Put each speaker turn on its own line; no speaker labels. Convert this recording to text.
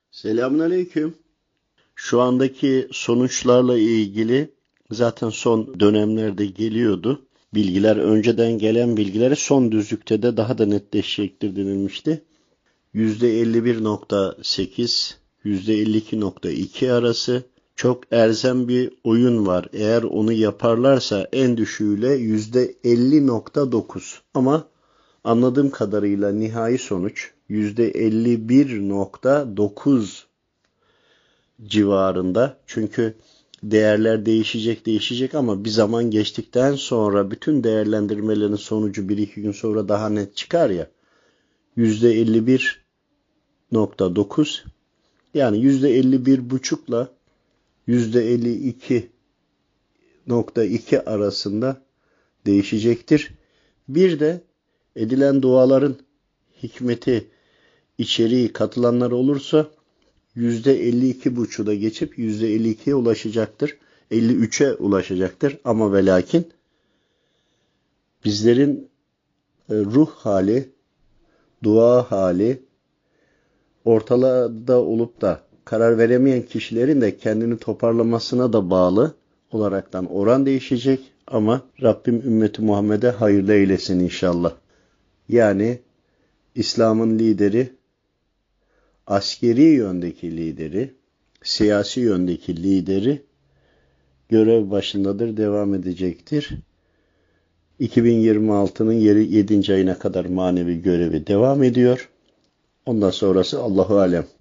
Selamünaleyküm. Şu andaki sonuçlarla ilgili zaten son dönemlerde geliyordu. Bilgiler önceden gelen bilgileri son düzlükte de daha da netleşecektir denilmişti. %51.8, %52.2 arası çok elzem bir oyun var. Eğer onu yaparlarsa en düşüğüyle %50.9. Ama anladığım kadarıyla nihai sonuç %51.9 civarında. Çünkü değerler değişecek ama bir zaman geçtikten sonra bütün değerlendirmelerin sonucu bir iki gün sonra daha net çıkar ya. %51.9 yani %51,5'la %52.2 arasında değişecektir. Bir de edilen duaların hikmeti, içeriği katılanlar olursa %52,5'u da geçip %52'ye ulaşacaktır. 53'e ulaşacaktır. Ama ve lakin bizlerin ruh hali, dua hali ortalarda olup da karar veremeyen kişilerin de kendini toparlamasına da bağlı olaraktan oran değişecek. Ama Rabbim ümmeti Muhammed'e hayırlı eylesin inşallah. Yani İslam'ın lideri, askeri yöndeki lideri, siyasi yöndeki lideri görev başındadır, devam edecektir. 2026'nın 7. ayına kadar manevi görevi devam ediyor. Ondan sonrası Allahu alem.